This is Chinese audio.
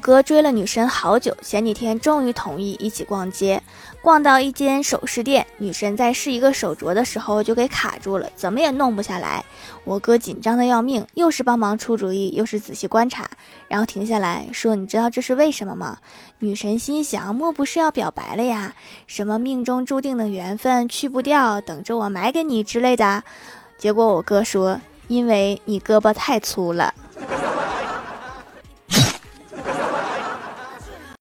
哥追了女神好久，前几天终于同意一起逛街。逛到一间首饰店，女神在试一个手镯的时候就给卡住了，怎么也弄不下来。我哥紧张的要命，又是帮忙出主意，又是仔细观察，然后停下来说：“你知道这是为什么吗？”女神心想，莫不是要表白了呀？什么命中注定的缘分去不掉，等着我买给你之类的。结果我哥说：“因为你胳膊太粗了。”